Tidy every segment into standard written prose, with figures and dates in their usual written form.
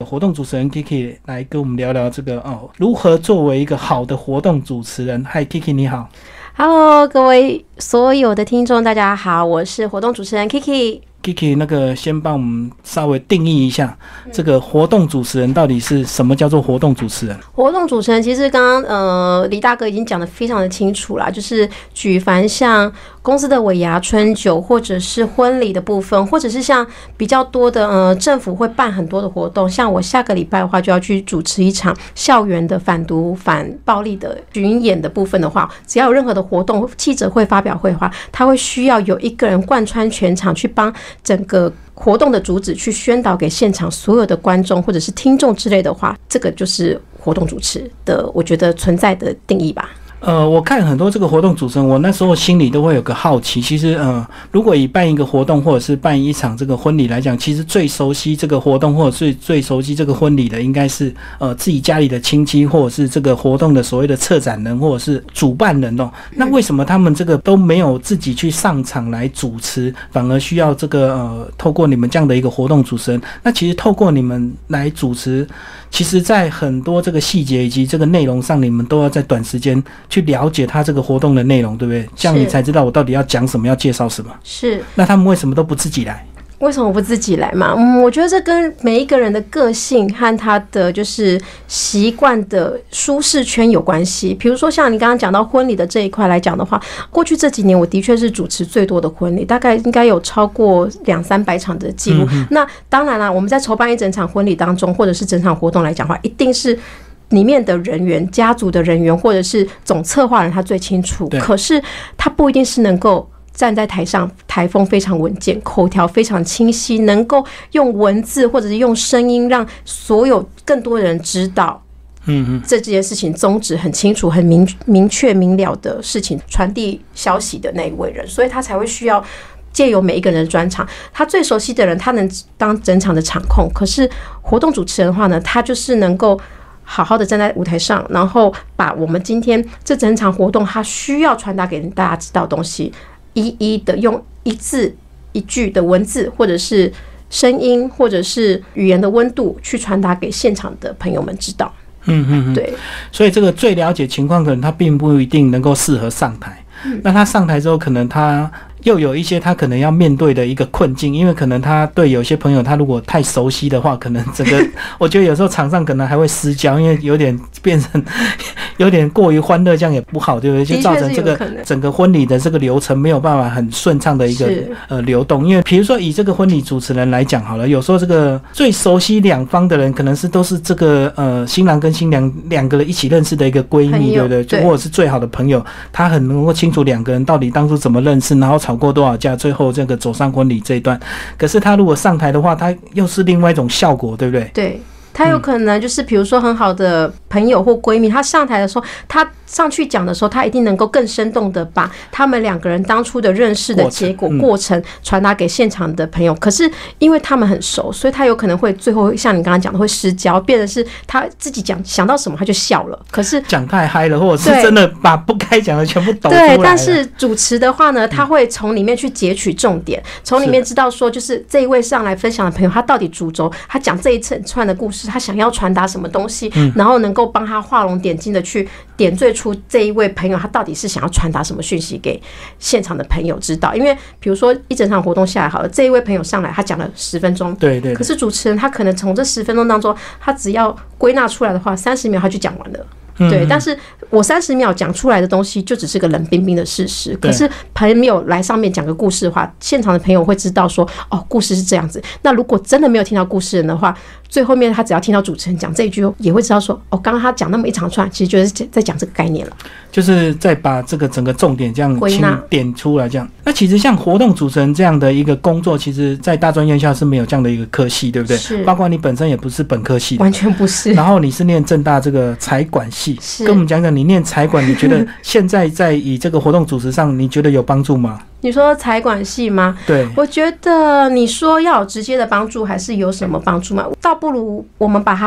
活动主持人 Kiki 来跟我们聊聊这个如何作为一个好的活动主持人。嗨 Kiki 你好。 Hello， 各位所有的听众大家好，我是活动主持人 Kiki。Kiki 那个先帮我们稍微定义一下，这个活动主持人到底是什么叫做活动主持人？ 活动主持人其实刚刚李大哥已经讲得非常的清楚啦，就是举凡像公司的尾牙、春酒，或者是婚礼的部分，或者是像比较多的政府会办很多的活动，像我下个礼拜的话就要去主持一场校园的反毒反暴力的巡演的部分的话，只要有任何的活动、记者会、发表会的话，他会需要有一个人贯穿全场去帮整个活动的主旨去宣导给现场所有的观众或者是听众之类的话，这个就是活动主持的我觉得存在的定义吧。 我看很多这个活动主持人，我那时候心里都会有个好奇。其实，如果以办一个活动或者是办一场这个婚礼来讲，其实最熟悉这个活动或者是最熟悉这个婚礼的，应该是自己家里的亲戚，或者是这个活动的所谓的策展人或者是主办人哦。那为什么他们这个都没有自己去上场来主持，反而需要这个透过你们这样的一个活动主持人？那其实透过你们来主持，其实在很多这个细节以及这个内容上，你们都要在短时间去了解他这个活动的内容，对不对？这样你才知道我到底要讲什么，要介绍什么。 是。 那他们为什么都不自己来？ 为什么不自己来嘛？我觉得这跟每一个人的个性和他的就是习惯的舒适圈有关系。比如说像你刚刚讲到婚礼的这一块来讲的话，过去这几年我的确是主持最多的婚礼，大概应该有超过200-300场的记录。那当然啦，我们在筹办一整场婚礼当中，或者是整场活动来讲的话，一定是里面的人员、家族的人员或者是总策划人他最清楚，可是他不一定是能够站在台上，台风非常稳健，口条非常清晰，能够用文字或者是用声音让所有更多人知道这件事情宗旨很清楚、很明确明了的事情，传递消息的那一位人，所以他才会需要借由每一个人的专场，他最熟悉的人他能当整场的场控，可是活动主持人的话呢，他就是能够好好的站在舞台上，然后把我们今天这整场活动他需要传达给大家知道的东西，一一的用一字一句的文字或者是声音或者是语言的温度去传达给现场的朋友们知道。对。 所以这个最了解情况，可能他并不一定能够适合上台。那他上台之后，可能他又有一些他可能要面对的一个困境，因为可能他对有些朋友，他如果太熟悉的话，可能整个我觉得有时候场上可能还会失焦，因为有点变成有点过于欢乐，这样也不好，对不对？就造成这个整个婚礼的这个流程没有办法很顺畅的一个流动。因为比如说以这个婚礼主持人来讲好了，有时候这个最熟悉两方的人，可能是都是这个新郎跟新娘两个人一起认识的一个闺蜜，对不对？就或者是最好的朋友，他很能够清楚两个人到底当初怎么认识，然后吵过多少架，最后这个走上婚礼这一段。可是他如果上台的话，他又是另外一种效果，对不对？ 对。他有可能就是比如说很好的朋友或闺蜜，他上台的时候，他上去讲的时候，他一定能够更生动的把他们两个人当初的认识的结果过程传达给现场的朋友。可是因为他们很熟，所以他有可能会最后像你刚刚讲的会失焦，变成是他自己讲想到什么他就笑了，可是讲太嗨了，或者是真的把不该讲的全部抖出来了。 对，但是主持的话呢，他会从里面去截取重点，从里面知道说就是这一位上来分享的朋友他到底主轴，他讲这一串的故事，他想要传达什么东西，然后能够帮他画龙点睛的去点缀出这一位朋友他到底是想要传达什么讯息给现场的朋友知道。因为比如说一整场活动下来好了，这一位朋友上来他讲了10分钟，对，可是主持人他可能从这10分钟当中，他只要归纳出来的话，30秒他就讲完了。对，但是我30秒讲出来的东西就只是个冷冰冰的事实，可是朋友来上面讲个故事的话，现场的朋友会知道说哦，故事是这样子。那如果真的没有听到故事人的话，最后面他只要听到主持人讲这一句，也会知道说哦，刚刚他讲那么一长串，其实就是在讲这个概念了，就是在把这个整个重点这样点出来这样。那其实像活动主持人这样的一个工作，其实在大专院校是没有这样的一个科系，对不对？是，包括你本身也不是本科系的， 完全不是。 然后你是念政大这个财管系，跟我们讲讲你念财管，你觉得现在在以这个活动主持上，你觉得有帮助吗？ 你说财管系吗？对，我觉得你说要有直接的帮助，还是有什么帮助吗？倒不如我们把它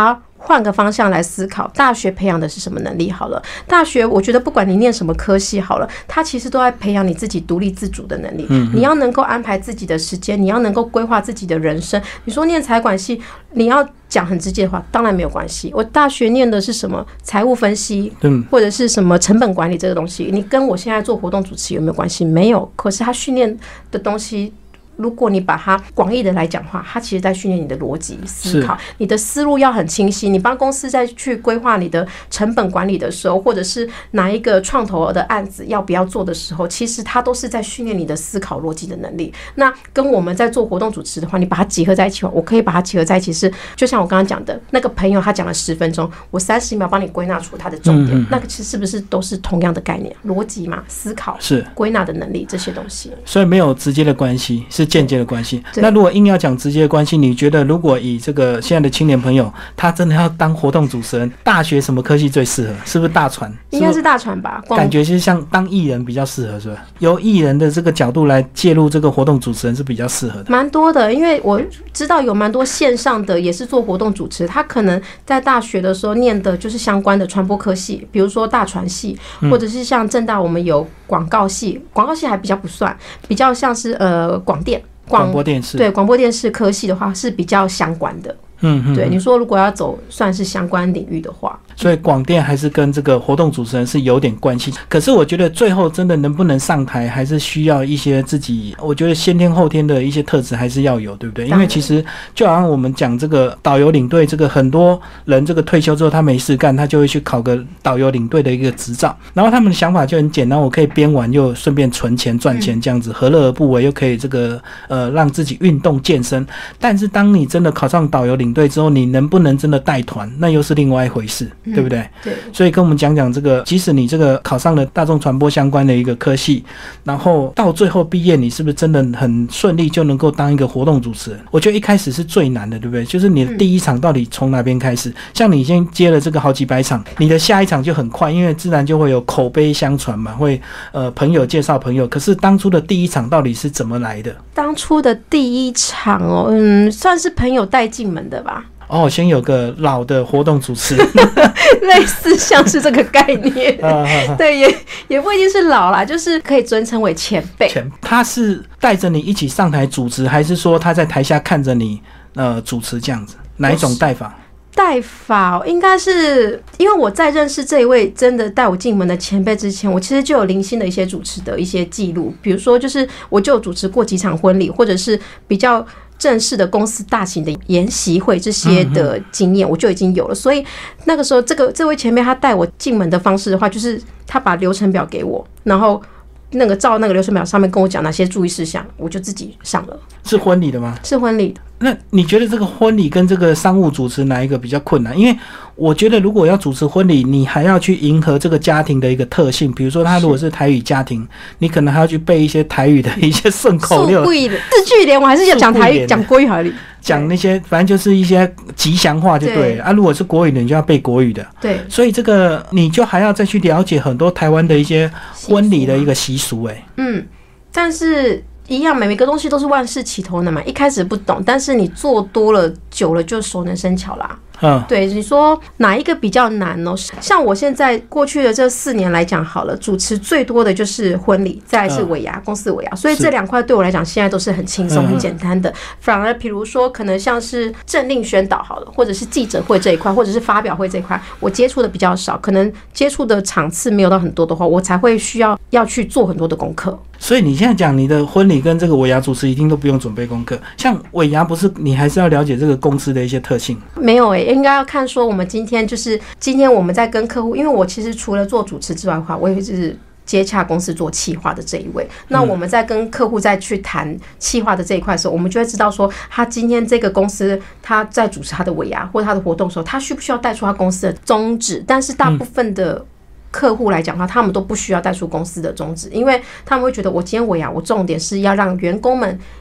换个方向来思考，大学培养的是什么能力好了？大学我觉得不管你念什么科系好了，它其实都在培养你自己独立自主的能力。你要能够安排自己的时间，你要能够规划自己的人生。你说念财管系，你要讲很直接的话，当然没有关系。我大学念的是什么财务分析，或者是什么成本管理这个东西，你跟我现在做活动主持有没有关系？没有。可是他训练的东西，如果你把它广义的来讲话，它其实在训练你的逻辑思考，你的思路要很清晰。你帮公司在去规划你的成本管理的时候，或者是哪一个创投的案子要不要做的时候，其实它都是在训练你的思考逻辑的能力。那跟我们在做活动主持的话，你把它结合在一起，我可以把它结合在一起，是就像我刚刚讲的那个朋友，他讲了10分钟，我30秒帮你归纳出他的重点，那个其实是不是都是同样的概念？逻辑嘛，思考是归纳的能力这些东西， 所以没有直接的关系，是间接的关系。那如果硬要讲直接的关系，你觉得如果以这个现在的青年朋友，他真的要当活动主持人，大学什么科系最适合？是不是大传？ 应该是大传吧。 感觉是像当艺人比较适合，是吧？由艺人的这个角度来介入这个活动主持人是比较适合的。 蛮多的，因为我知道有蛮多线上的也是做活动主持，他可能在大学的时候念的就是相关的传播科系，比如说大传系，或者是像政大我们有广告系，广告系还比较不算，比较像是广播电视，对，广播电视科系的话是比较相关的。对，你说如果要走算是相关领域的话， 所以广电还是跟这个活动主持人是有点关系。可是我觉得最后真的能不能上台，还是需要一些自己，我觉得先天后天的一些特质还是要有，对不对？因为其实就好像我们讲这个导游领队，这个很多人这个退休之后他没事干，他就会去考个导游领队的一个执照，然后他们的想法就很简单，我可以边玩又顺便存钱赚钱，这样子何乐而不为，又可以这个让自己运动健身。但是当你真的考上导游领队之后，你能不能真的带团，那又是另外一回事，对不对？ 对。 所以跟我们讲讲这个，即使你这个考上了大众传播相关的一个科系，然后到最后毕业，你是不是真的很顺利就能够当一个活动主持人？我觉得一开始是最难的，对不对？就是你的第一场到底从哪边开始？像你先接了这个好几百场，你的下一场就很快，因为自然就会有口碑相传嘛，会朋友介绍朋友。可是当初的第一场到底是怎么来的？ 当初的第一场算是朋友带进门的吧。 先有个老的活动主持人类似像是这个概念对，也不一定是老啦，就是可以尊称为前辈。 他是带着你一起上台主持，还是说他在台下看着你主持这样子？哪一种带法？ 带法应该是因为我在认识这一位真的带我进门的前辈之前，我其实就有零星的一些主持的一些记录，比如说就是我就有主持过几场婚礼，或者是比较正式的公司大型的研习会这些的经验我就已经有了。所以那个时候这位前辈他带我进门的方式的话，就是他把流程表给我，然后那个照那个流程表上面跟我讲哪些注意事项，我就自己上了。 是婚礼的吗？ 是婚礼的。 那你觉得这个婚礼跟这个商务主持哪一个比较困难？因为我觉得如果要主持婚礼，你还要去迎合这个家庭的一个特性，比如说他如果是台语家庭，你可能还要去背一些台语的一些顺口溜。 字句联我还是要讲台语，讲国语好了。 讲那些反正就是一些吉祥话就对了啊。如果是国语的，你就要背国语的。 对， 所以这个你就还要再去了解很多台湾的一些婚礼的一个习俗。 但是一样，每个东西都是万事起头难嘛。一开始不懂，但是你做多了久了就熟能生巧啦。对，你说哪一个比较难呢？像我现在过去的这4年来讲好了，主持最多的就是婚礼，再来是尾牙，公司尾牙，所以这2块对我来讲现在都是很轻松、很简单的。反而比如说可能像是政令宣导好了，或者是记者会这一块，或者是发表会这一块，我接触的比较少，可能接触的场次没有到很多的话，我才会需要去做很多的功课。 所以你现在讲你的婚礼跟这个尾牙主持一定都不用准备功课，像尾牙不是你还是要了解这个公司的一些特性？ 没有应该要看说我们今天我们在跟客户，因为我其实除了做主持之外的话，我也是接洽公司做企划的这一位。那我们在跟客户再去谈企划的这一块的时候，我们就会知道说他今天这个公司他在主持他的尾牙或他的活动的时候，他需不需要带出他公司的宗旨。但是大部分的客户来讲的话，他们都不需要带出公司的宗旨，因为他们会觉得我今天尾牙，我重点是要让员工们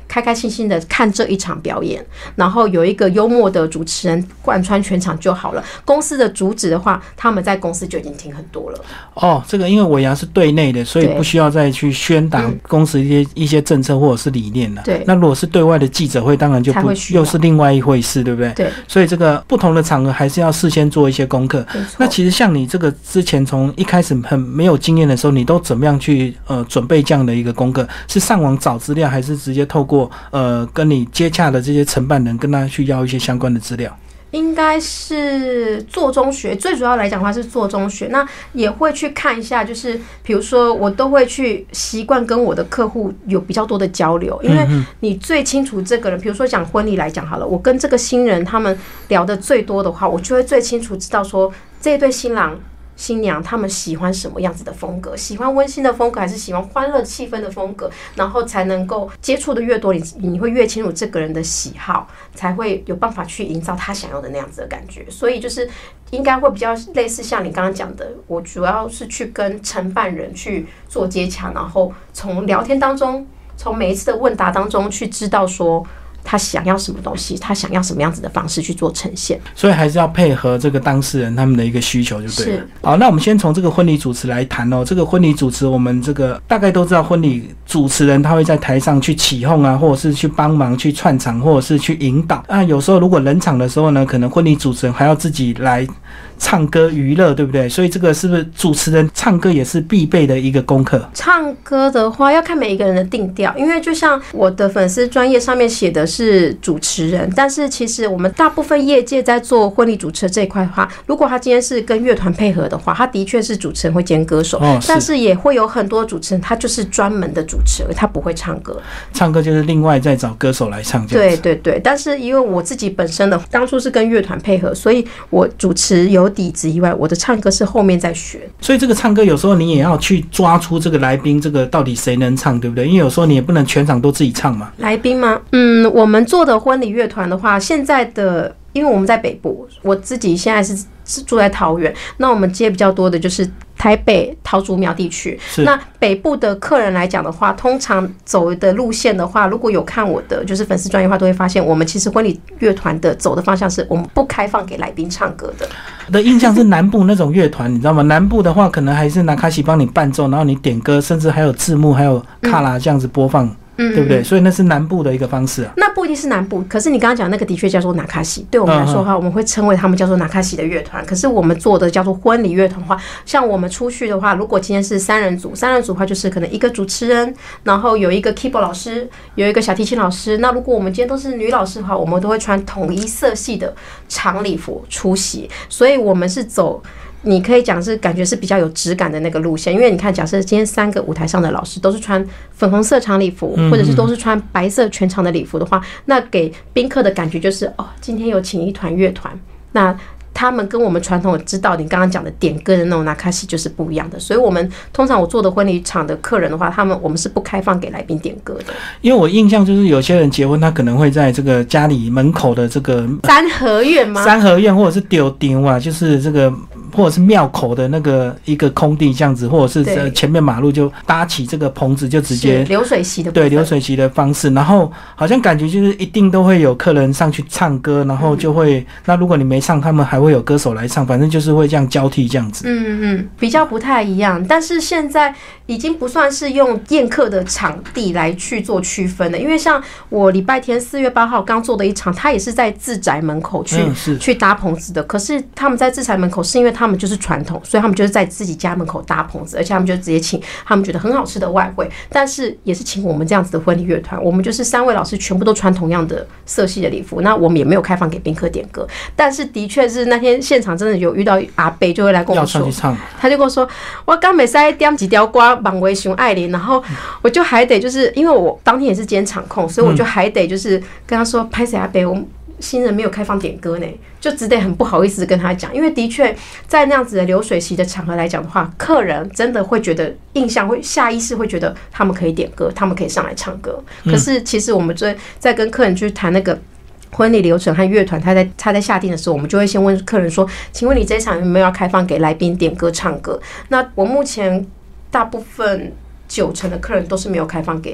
开开心心的看这一场表演，然后有一个幽默的主持人贯穿全场就好了。公司的主旨的话，他们在公司就已经听很多了。 哦，这个因为尾牙是对内的，所以不需要再去宣达公司一些政策或者是理念了。 对， 那如果是对外的记者会，当然就不又是另外一回事，对不对？ 对， 所以这个不同的场合还是要事先做一些功课。那其实像你这个之前从一开始很没有经验的时候，你都怎么样去准备这样的一个功课？是上网找资料，还是直接透过跟你接洽的这些承办人跟他去要一些相关的资料？ 应该是做中学，最主要来讲的话是做中学，那也会去看一下，就是比如说我都会去习惯跟我的客户有比较多的交流，因为你最清楚这个人，比如说讲婚礼来讲好了，我跟这个新人他们聊的最多的话，我就会最清楚知道说这一对新郎新娘他们喜欢什么样子的风格，喜欢温馨的风格还是喜欢欢乐气氛的风格，然后才能够接触的越多，你会越清楚这个人的喜好，才会有办法去营造他想要的那样子的感觉。所以就是应该会比较类似像你刚刚讲的，我主要是去跟承办人去做接洽，然后从聊天当中，从每一次的问答当中去知道说他想要什么东西，他想要什么样子的方式去做呈现， 所以还是要配合这个当事人他们的一个需求就对了。好，那我们先从这个婚礼主持来谈哦。这个婚礼主持，我们这个大概都知道，婚礼主持人他会在台上去起哄啊，或者是去帮忙去串场，或者是去引导。那有时候如果冷场的时候呢，可能婚礼主持人还要自己来唱歌娱乐，对不对？所以这个是不是主持人唱歌也是必备的一个功课？ 唱歌的话要看每一个人的定调，因为就像我的粉丝专页上面写的是主持人，但是其实我们大部分业界在做婚礼主持这一块的话，如果他今天是跟乐团配合的话，他的确是主持人会兼歌手，但是也会有很多主持人他就是专门的主持人，他不会唱歌， 唱歌就是另外再找歌手来唱这样子。 对对对，但是因为我自己本身的当初是跟乐团配合，所以我主持有底子以外，我的唱歌是后面再学。 所以这个唱歌有时候你也要去抓出这个来宾，这个到底谁能唱，对不对？因为有时候你也不能全场都自己唱嘛。 来宾吗？我们做的婚礼乐团的话，现在的因为我们在北部，我自己现在是住在桃园，那我们接比较多的就是台北、桃竹苗地区。那北部的客人来讲的话，通常走的路线的话，如果有看我的就是粉丝专页的话，都会发现我们其实婚礼乐团的走的方向是我们不开放给来宾唱歌的。 我的印象是南部那种乐团，你知道吗？南部的话，可能还是拿卡西帮你伴奏，然后你点歌，甚至还有字幕，还有卡拉这样子播放。对不对？所以那是南部的一个方式啊。 那不一定是南部，可是你刚刚讲那个的确叫做纳卡西，对我们来说的话，我们会称为他们叫做纳卡西的乐团。可是我们做的叫做婚礼乐团的话，像我们出去的话，如果今天是三人组的话，就是可能一个主持人，然后有一个 keyboard 老师，有一个小提琴老师。那如果我们今天都是女老师的话，我们都会穿统一色系的长礼服出席，所以我们是走。你可以讲是感觉是比较有质感的那个路线，因为你看，假设今天3个舞台上的老师都是穿粉红色长礼服，或者是都是穿白色全长的礼服的话，那给宾客的感觉就是哦，今天有请一团乐团，那他们跟我们传统知道你刚刚讲的点歌的那种纳卡西就是不一样的，所以我们通常我做的婚礼场的客人的话，我们是不开放给来宾点歌的。 因为我印象就是有些人结婚，他可能会在这个家里门口的这个三合院吗？ 三合院或者是丢啊，就是这个或者是庙口的那个一个空地这样子，或者是前面马路就搭起这个棚子，就直接流水席的对流水席的方式，然后好像感觉就是一定都会有客人上去唱歌，然后就会那如果你没唱，他们还会有歌手来唱，反正就是会这样交替这样子。 比较不太一样，但是现在已经不算是用宴客的场地来去做区分了，因为像我礼拜天4月8号刚做的一场，他也是在自宅门口去搭棚子的，可是他们在自宅门口是因为他们就是传统，所以他们就是在自己家门口搭棚子，而且他们就直接请他们觉得很好吃的外汇，但是也是请我们这样子的婚礼乐团，我们就是3位老师全部都穿同样的色系的礼服，那我们也没有开放给宾客点歌，但是的确是那天现场真的有遇到阿伯就会来跟我说，他就跟我说我刚没塞点几条歌忙为熊爱玲，然后我就还得就是因为我当天也是兼场控，所以我就还得就是跟他说拍谁阿伯我新人没有开放点歌呢，就只得很不好意思跟他讲，因为的确在那样子的流水席的场合来讲的话，客人真的会觉得印象会下意识会觉得他们可以点歌，他们可以上来唱歌，可是其实我们在跟客人去谈那个婚礼流程和乐团，他在下定的时候，我们就会先问客人说：“请问你这一场有没有要开放给来宾点歌唱歌？”那我目前大部分90%的客人都是没有开放给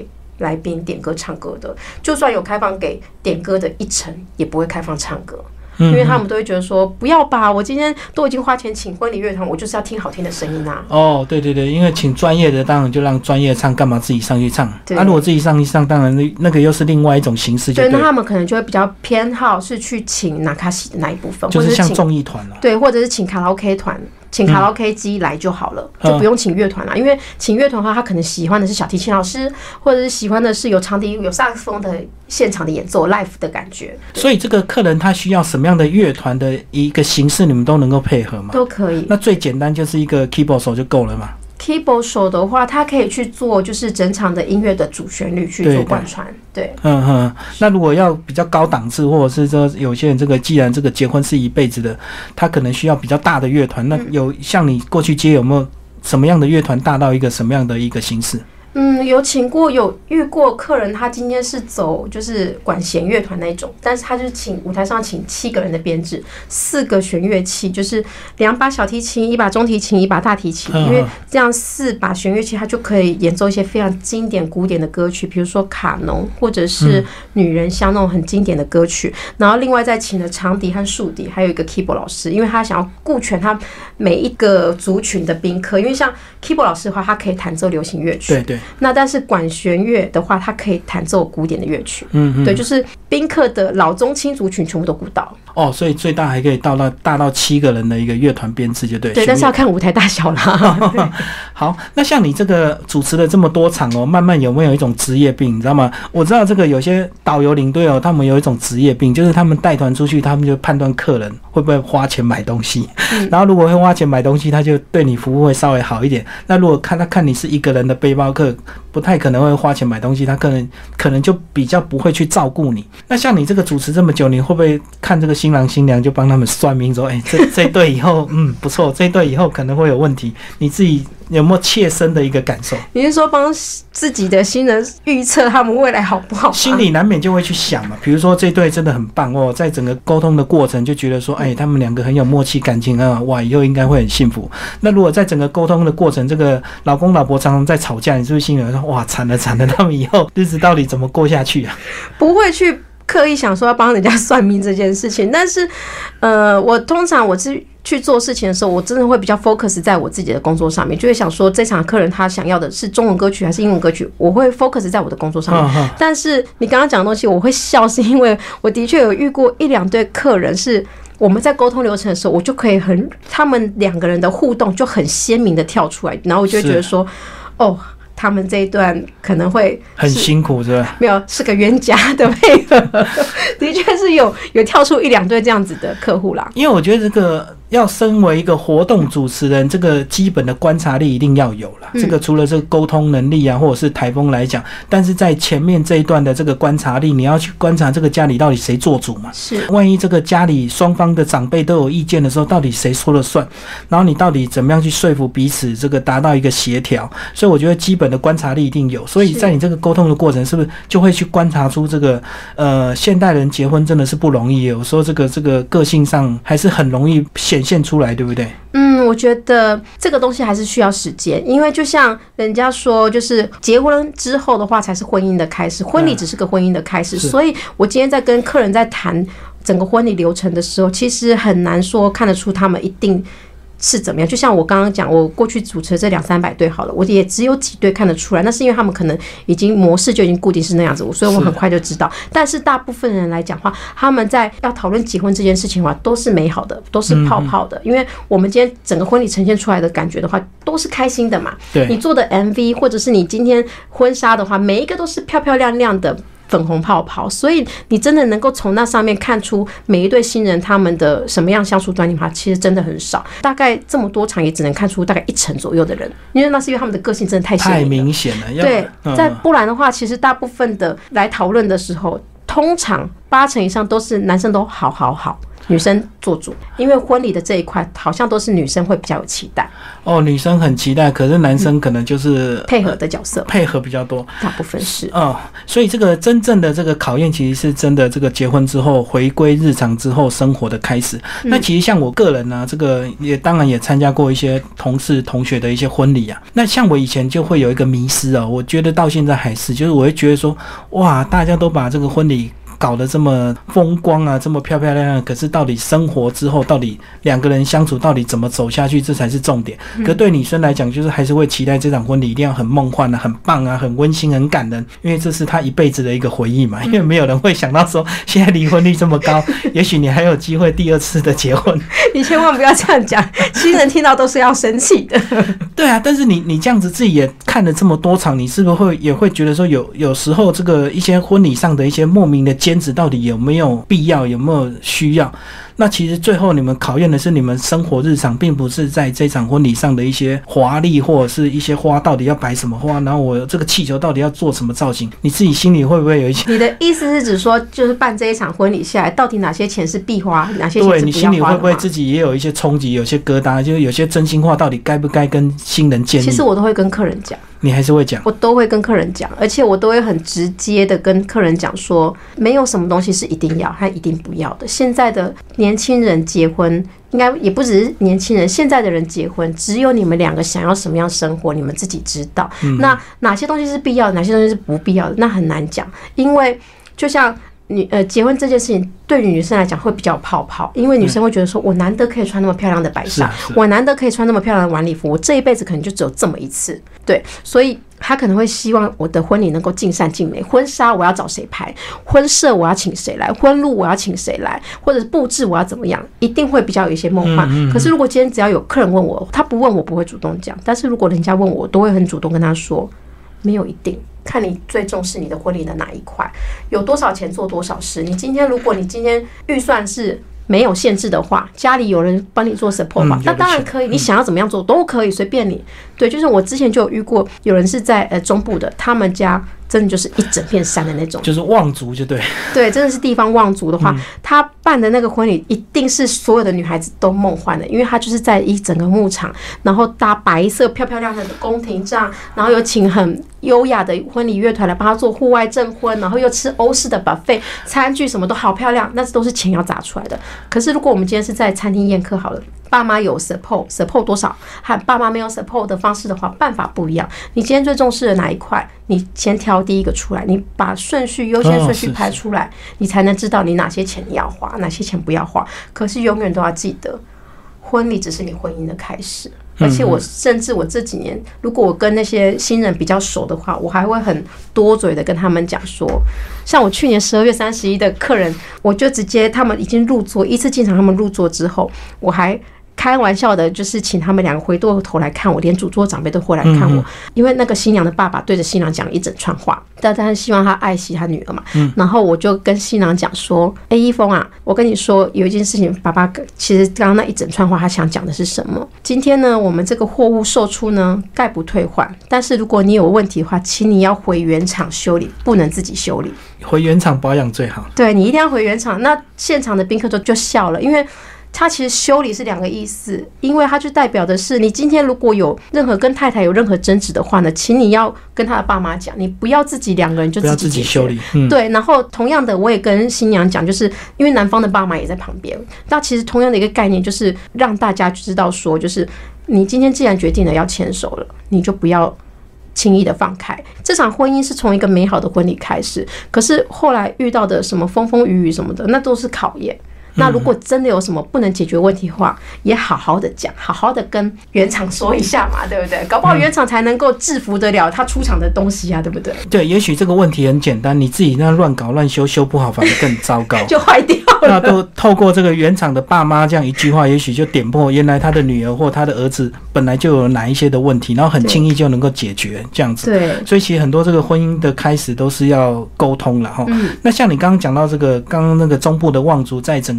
来宾点歌唱歌的，就算有开放给点歌的1成，也不会开放唱歌。因为他们都会觉得说，不要吧，我今天都已经花钱请婚礼乐团，我就是要听好听的声音啊。 哦，对对对，因为请专业的，当然就让专业唱，干嘛自己上去唱？如果自己上去唱，当然那个又是另外一种形式就对。 对，那他们可能就会比较偏好是去请纳卡西的那一部分， 就是像综艺团了。 对，或者是请卡拉 OK 团。请卡拉 OK 机来就好了，就不用请乐团了。因为请乐团的话，他可能喜欢的是小提琴老师，或者是喜欢的是有长笛、有萨克斯风的现场的演奏 live 的感觉。 所以这个客人他需要什么样的乐团的一个形式，你们都能够配合吗？ 都可以。那最简单就是一个 keyboard 手就够了嘛。 keyboard 手的话，它可以去做就是整场的音乐的主旋律去做贯穿，对。 那如果要比较高档次，或者是说有些人这个既然这个结婚是一辈子的，他可能需要比较大的乐团。那有像你过去接有没有什么样的乐团大到一个什么样的一个形式？ 有请过，有遇过客人，他今天是走就是管弦乐团那种，但是他就是请舞台上请7个人的编制，4个弦乐器，就是2把小提琴、1把中提琴、1把大提琴，因为这样4把弦乐器，他就可以演奏一些非常经典古典的歌曲，比如说卡农或者是女人香那种很经典的歌曲。然后另外再请了长笛和竖笛，还有一个 keyboard 老师，因为他想要顾全他每一个族群的宾客，因为像 keyboard 老师的话，他可以弹奏流行乐曲，对。那但是管弦乐的话，它可以弹奏古典的乐曲，对，就是宾客的老中青族群全部都顾到。 所以最大还可以大到7个人的一个乐团编制，就对。 对，但是要看舞台大小啦。 好，那像你这个主持了这么多场慢慢有没有一种职业病，你知道吗？我知道这个有些导游领队他们有一种职业病，就是他们带团出去，他们就判断客人会不会花钱买东西，然后如果会花钱买东西，他就对你服务会稍微好一点。那如果看你是一个人的背包客，不太可能会花钱买东西，他可能就比较不会去照顾你。那像你这个主持这么久，你会不会看这个新郎新娘就帮他们算命说，这对以后不错，这对以后可能会有问题？你自己有没有切身的一个感受？ 你是说帮自己的新人预测他们未来好不好？ 心里难免就会去想嘛。比如说这对真的很棒在整个沟通的过程就觉得说，他们2个很有默契感情啊，哇，以后应该会很幸福。那如果在整个沟通的过程，这个老公老婆常常在吵架，你是不是心里说，哇，惨了，他们以后日子到底怎么过下去啊？ 不会去刻意想说要帮人家算命这件事情，但是我通常我是去做事情的时候，我真的会比较 focus 在我自己的工作上面，就会想说这场客人他想要的是中文歌曲还是英文歌曲，我会 focus 在我的工作上面。但是你刚刚讲的东西我会笑，是因为我的确有遇过1-2对客人，是我们在沟通流程的时候，我就可以他们2个人的互动就很鲜明的跳出来，然后我就会觉得说，他们这一段可能会很辛苦，是吧？ 没有，是个冤家的配合，的确是有跳出1-2对这样子的客户啦。 因为我觉得这个要身为一个活动主持人，这个基本的观察力一定要有啦。这个除了这个沟通能力啊，或者是台风来讲，但是在前面这一段的这个观察力，你要去观察这个家里到底谁做主嘛？ 是， 万一这个家里双方的长辈都有意见的时候，到底谁说了算？然后你到底怎么样去说服彼此，这个达到一个协调？所以我觉得基本的观察力一定有。所以在你这个沟通的过程，是不是就会去观察出这个现代人结婚真的是不容易？有时候这个个性上还是很容易显现出来，对不对？ 我觉得这个东西还是需要时间，因为就像人家说，就是结婚之后的话才是婚姻的开始，婚礼只是个婚姻的开始。所以我今天在跟客人在谈整个婚礼流程的时候，其实很难说看得出他们一定是怎么样。就像我刚刚讲，我过去主持这200-300对好了，我也只有几对看得出来，那是因为他们可能已经模式就已经固定是那样子，所以我很快就知道。但是大部分人来讲话，他们在要讨论结婚这件事情的话，都是美好的，都是泡泡的，因为我们今天整个婚礼呈现出来的感觉的话，都是开心的嘛。对，你做的 MV 或者是你今天婚纱的话，每一个都是漂漂亮亮的粉红泡泡，所以你真的能够从那上面看出每一对新人他们的什么样相处端倪吗？其实真的很少，大概这么多场也只能看出大概1成左右的人，因为那是因为他们的个性真的太明显了。 对，再不然的话，其实大部分的来讨论的时候，通常80%以上都是男生都好， 女生做主，因为婚礼的这一块好像都是女生会比较有期待。 女生很期待，可是男生可能就是配合的角色， 配合比较多， 大部分是所以这个真正的这个考验，其实是真的这个结婚之后回归日常之后生活的开始。那其实像我个人呢，这个也当然也参加过一些同事同学的一些婚礼啊。那像我以前就会有一个迷思我觉得到现在还是，就是我会觉得说，哇，大家都把这个婚礼搞得这么风光啊，这么漂漂亮亮，可是到底生活之后，到底两个人相处到底怎么走下去，这才是重点。可对女生来讲，就是还是会期待这场婚礼一定要很梦幻啊，很棒啊，很温馨，很感人，因为这是她一辈子的一个回忆嘛。因为没有人会想到说，现在离婚率这么高，也许你还有机会第二次的结婚。 你千万不要这样讲，新人听到都是要生气的。 对啊，但是你这样子自己也看了这么多场，你是不是也会觉得说有时候这个一些婚礼上的一些莫名的坚持到底有没有必要，有没有需要？那其实最后你们考验的是你们生活日常，并不是在这场婚礼上的一些华丽或者是一些花到底要摆什么花，然后我这个气球到底要做什么造型，你自己心里会不会有一些？ 你的意思是指说，就是办这一场婚礼下来，到底哪些钱是必花，哪些钱是不要花的吗？对， 你心里会不会自己也有一些冲击，有些疙瘩，就有些真心话到底该不该跟新人建议？ 其实我都会跟客人讲。 你还是会讲？ 我都会跟客人讲，而且我都会很直接的跟客人讲说，没有什么东西是一定要和一定不要的。现在的年轻人结婚，应该也不只是年轻人，现在的人结婚，只有你们两个想要什么样生活，你们自己知道。那哪些东西是必要的，哪些东西是不必要的，那很难讲，因为就像结婚这件事情对于女生来讲会比较泡泡，因为女生会觉得说，我难得可以穿那么漂亮的白纱，我难得可以穿那么漂亮的晚礼服，我这一辈子可能就只有这么一次，对，所以她可能会希望我的婚礼能够尽善尽美，婚纱我要找谁拍，婚摄我要请谁来，婚录我要请谁来，或者是布置我要怎么样，一定会比较有一些梦幻。可是如果今天只要有客人问我，他不问我不会主动讲，但是如果人家问我，都会很主动跟他说，没有一定。看你最重视你的婚礼的哪一块，有多少钱做多少事。如果你今天预算是没有限制的话，家里有人帮你做 support 嘛，那当然可以，你想要怎么样做都可以，随便你。对，就是我之前就有遇过，有人是在中部的，他们家真的就是一整片山的那种， 就是望族就对。 对，真的是地方望族的话，他办的那个婚礼一定是所有的女孩子都梦幻的，因为他就是在一整个牧场，然后搭白色漂漂亮亮的宫廷帐，然后有请很优雅的婚礼乐团来帮他做户外证婚，然后又吃欧式的 buffet， 餐具什么都好漂亮，那都是钱要砸出来的。可是如果我们今天是在餐厅宴客好了，爸妈有 support 多少，和爸妈没有 support 的方式的话，办法不一样。你今天最重视的哪一块，你先挑第一个出来，你把优先顺序排出来，你才能知道你哪些钱你要花，哪些钱不要花。可是永远都要记得，婚礼只是你婚姻的开始。而且甚至我这几年，如果我跟那些新人比较熟的话，我还会很多嘴的跟他们讲说，像我去年12月31的客人，我就直接他们已经入座，依次进场，他们入座之后，我还开玩笑的，就是请他们两个回过头来看我，连主桌长辈都回来看我，因为那个新娘的爸爸对着新娘讲了一整串话，但是希望他爱惜他女儿嘛。然后我就跟新娘讲说，一峰啊，我跟你说有一件事情，爸爸其实刚刚那一整串话他想讲的是什么？今天呢，我们这个货物售出呢，概不退换，但是如果你有问题的话，请你要回原厂修理，不能自己修理， 回原厂保养最好。 对，你一定要回原厂。那现场的宾客就笑了，因为它其实修理是两个意思，因为它就代表的是你今天如果有任何跟太太有任何争执的话呢，请你要跟他的爸妈讲，你不要自己两个人就自己修理。对，然后同样的我也跟新娘讲，就是因为男方的爸妈也在旁边，那其实同样的一个概念就是让大家知道说，就是你今天既然决定了要牵手了，你就不要轻易的放开。这场婚姻是从一个美好的婚礼开始，可是后来遇到的什么风风雨雨什么的，那都是考验。那如果真的有什么不能解决问题的话，也好好的讲，好好的跟原厂说一下嘛，对不对？搞不好原厂才能够制服得了他出厂的东西啊，对不对？ 对，也许这个问题很简单，你自己那乱搞乱修，修不好反而更糟糕， 就坏掉了。 那都透过这个原厂的爸妈这样一句话，也许就点破原来他的女儿或他的儿子本来就有哪一些的问题，然后很轻易就能够解决这样子。 对， 所以其实很多这个婚姻的开始都是要沟通了哈。那像你刚刚讲到这个，刚刚那个中部的望族在整个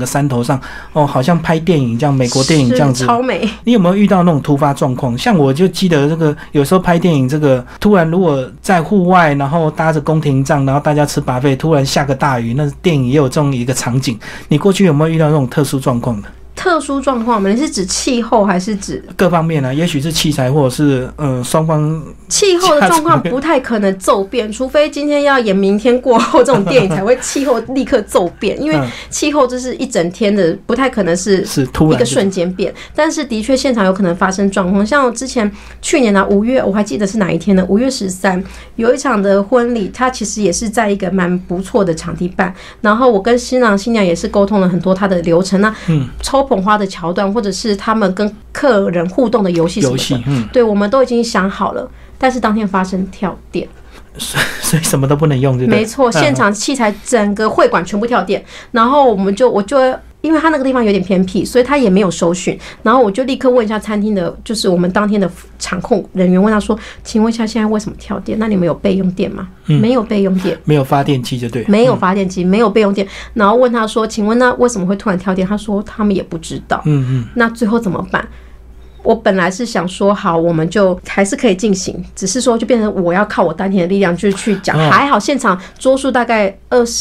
个山头上，好像拍电影这样，美国电影这样子， 超美。 你有没有遇到那种突发状况？像我就记得这个，有时候拍电影，这个突然如果在户外，然后搭着宫廷帐，然后大家吃buffet，突然下个大雨，那电影也有这种一个场景。你过去有没有遇到这种特殊状况的？ 特殊状况吗？你是指气候还是指各方面啊？也许是器材，或者是双方气候的状况不太可能骤变，除非今天要演明天过后这种电影才会气候立刻骤变，因为气候这是一整天的，不太可能是一个瞬间变。但是的确现场有可能发生状况，像之前去年5月，我还记得是哪一天呢？5月13有一场的婚礼，它其实也是在一个蛮不错的场地办，然后我跟新郎新娘也是沟通了很多他的流程啊，抽捧花的桥段，或者是他们跟客人互动的游戏什么的，对，我们都已经想好了。但是当天发生跳电， 所以什么都不能用，对不对？ 没错，现场器材整个会馆全部跳电，然后我就因为他那个地方有点偏僻，所以他也没有收讯。然后我就立刻问一下餐厅的，就是我们当天的场控人员，问他说：“请问一下，现在为什么跳电？那你们有备用电吗？”没有备用电， 没有发电机就对， 没有发电机，没有备用电。然后问他说：“请问那为什么会突然跳电？”他说他们也不知道。那最后怎么办？我本来是想说好，我们就还是可以进行，只是说就变成我要靠我当天的力量就是去讲。还好现场桌数大概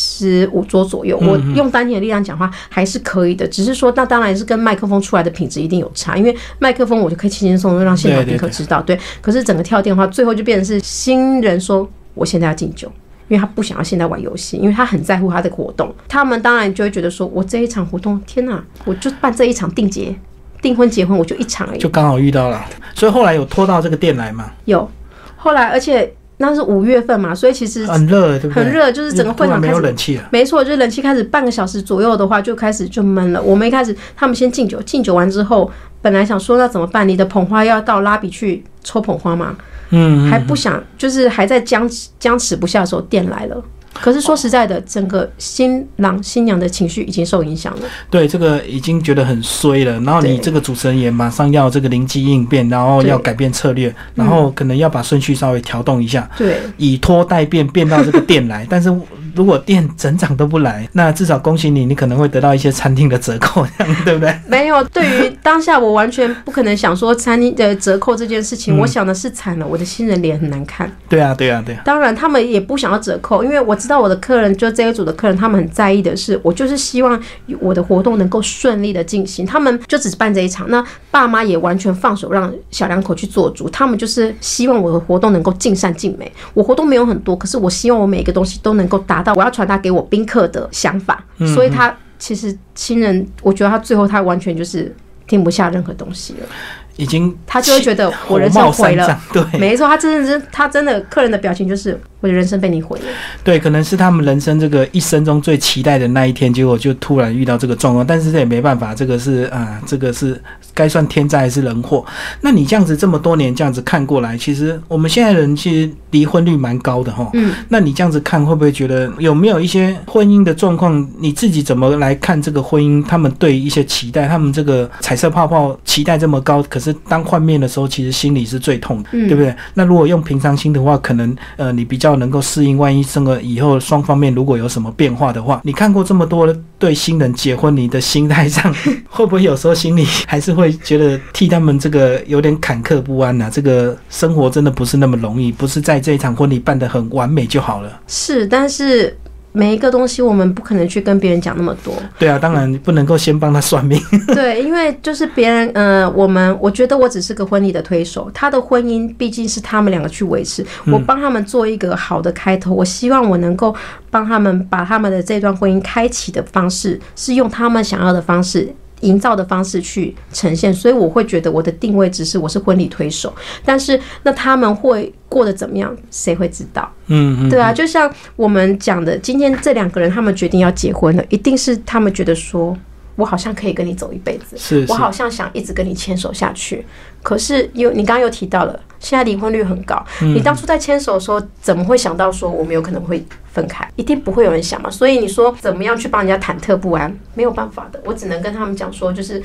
25桌左右，我用当天的力量讲话还是可以的，只是说那当然是跟麦克风出来的品质一定有差，因为麦克风我就可以轻轻松松让现场宾客知道，对。可是整个跳电话最后就变成是新人说我现在要敬酒，因为他不想要现在玩游戏，因为他很在乎他的活动。他们当然就会觉得说我这一场活动，天哪，我就办这一场订婚结婚，我就一场而已，就刚好遇到了。所以后来有拖到这个店来吗？ 有，后来而且那是5月份嘛，所以其实很热，对不对？ 很热，就是整个会场开始没有冷气了。 没错，就是冷气开始半个小时左右的话，就开始就闷了。我们一开始他们先敬酒，敬酒完之后，本来想说那怎么办？你的捧花要到拉比去抽捧花吗？还不想，就是还在僵持不下的时候，店来了。可是说实在的，整个新郎新娘的情绪已经受影响了。 对，这个已经觉得很衰了。然后你这个主持人也马上要这个灵机应变，然后要改变策略，然后可能要把顺序稍微调动一下。 对， 以拖代变，变到这个店来。但是如果店整场都不来，那至少恭喜你，你可能会得到一些餐厅的折扣，这样对不对？ 没有，对于当下我完全不可能想说餐厅的折扣这件事情，我想的是惨了，我的新人脸很难看。 对啊。 当然他们也不想要折扣，因为我知道我的客人，就这一组的客人，他们很在意的是，我就是希望我的活动能够顺利的进行。他们就只办这一场，那爸妈也完全放手让小两口去做主，他们就是希望我的活动能够尽善尽美。我活动没有很多，可是我希望我每一个东西都能够达到我要传达给我宾客的想法。所以他其实新人，我觉得他最后他完全就是听不下任何东西了。 已经他就会觉得我人生毁了， 对， 没错，他真的客人的表情就是我的人生被你毁了。 对，可能是他们人生这个一生中最期待的那一天，结果就突然遇到这个状况，但是这也没办法，这个是该算天灾还是人祸？那你这样子这么多年这样子看过来，其实我们现在人其实离婚率蛮高的齁。那你这样子看，会不会觉得有没有一些婚姻的状况？你自己怎么来看这个婚姻？他们对一些期待，他们这个彩色泡泡期待这么高，可是当幻灭的时候，其实心里是最痛的，对不对？那如果用平常心的话，可能你比较能够适应，万一生了以后双方面如果有什么变化的话，你看过这么多对新人结婚，你的心态上会不会有时候心里还是会觉得替他们这个有点坎坷不安啊？这个生活真的不是那么容易，不是在这一场婚礼办得很完美就好了。 是，但是每一个东西我们不可能去跟别人讲那么多。 对啊，当然不能够先帮他算命。 对，因为就是别人，我觉得我只是个婚礼的推手，他的婚姻毕竟是他们两个去维持，我帮他们做一个好的开头，我希望我能够帮他们把他们的这段婚姻开启的方式是用他们想要的方式。营造的方式去呈现，所以我会觉得我的定位只是我是婚礼推手，但是那他们会过得怎么样，谁会知道？对啊，就像我们讲的，今天这两个人他们决定要结婚了，一定是他们觉得说，我好像可以跟你走一辈子，我好像想一直跟你牵手下去。可是你刚刚又提到了，现在离婚率很高，你当初在牵手的时候，怎么会想到说我们有可能会分开？一定不会有人想嘛。所以你说怎么样去帮人家忐忑不安？没有办法的，我只能跟他们讲说，就是